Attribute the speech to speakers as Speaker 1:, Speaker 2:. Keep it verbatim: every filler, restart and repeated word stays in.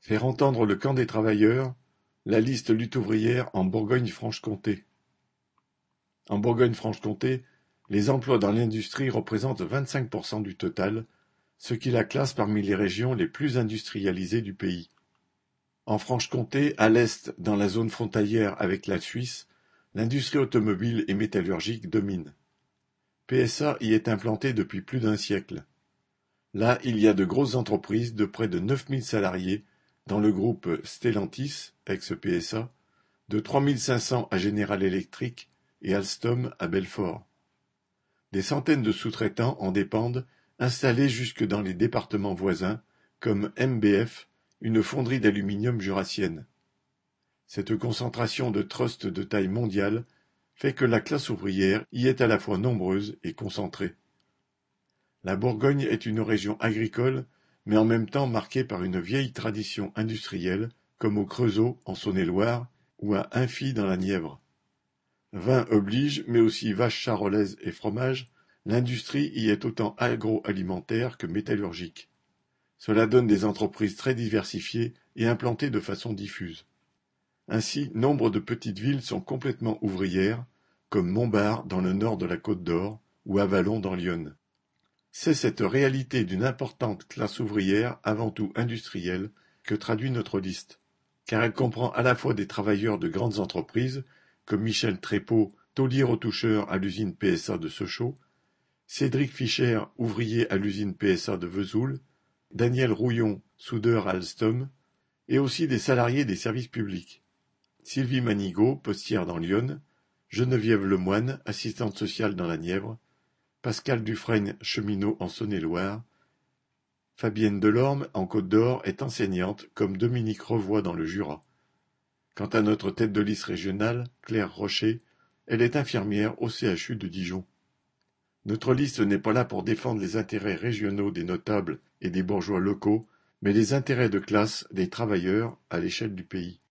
Speaker 1: Faire entendre le camp des travailleurs, la liste lutte ouvrière en Bourgogne-Franche-Comté. En Bourgogne-Franche-Comté, les emplois dans l'industrie représentent vingt-cinq pour cent du total, ce qui la classe parmi les régions les plus industrialisées du pays. En Franche-Comté, à l'est, dans la zone frontalière avec la Suisse, l'industrie automobile et métallurgique domine. P S A y est implanté depuis plus d'un siècle. Là, il y a de grosses entreprises de près de neuf mille salariés dans le groupe Stellantis, ex-P S A, de trois mille cinq cents à General Electric et Alstom à Belfort. Des centaines de sous-traitants en dépendent, installés jusque dans les départements voisins, comme M B F, une fonderie d'aluminium jurassienne. Cette concentration de trusts de taille mondiale fait que la classe ouvrière y est à la fois nombreuse et concentrée. La Bourgogne est une région agricole, mais en même temps marquée par une vieille tradition industrielle, comme au Creusot en Saône-et-Loire ou à Infy dans la Nièvre. Vin oblige, mais aussi vaches charolaises et fromage, l'industrie y est autant agroalimentaire que métallurgique. Cela donne des entreprises très diversifiées et implantées de façon diffuse. Ainsi, nombre de petites villes sont complètement ouvrières, comme Montbard dans le nord de la Côte d'Or ou Avallon dans l'Yonne. C'est cette réalité d'une importante classe ouvrière, avant tout industrielle, que traduit notre liste, car elle comprend à la fois des travailleurs de grandes entreprises, comme Michel Trépeau, taulier-retoucheur à l'usine P S A de Sochaux, Cédric Fischer, ouvrier à l'usine P S A de Vesoul, Daniel Rouillon, soudeur à Alstom, et aussi des salariés des services publics. Sylvie Manigaud, postière dans l'Yonne, Geneviève Lemoine, assistante sociale dans la Nièvre, Pascal Dufresne, cheminot en Saône-et-Loire, Fabienne Delorme, en Côte-d'Or, est enseignante, comme Dominique Revoy dans le Jura. Quant à notre tête de liste régionale, Claire Rocher, elle est infirmière au C H U de Dijon. Notre liste n'est pas là pour défendre les intérêts régionaux des notables et des bourgeois locaux, mais les intérêts de classe des travailleurs à l'échelle du pays.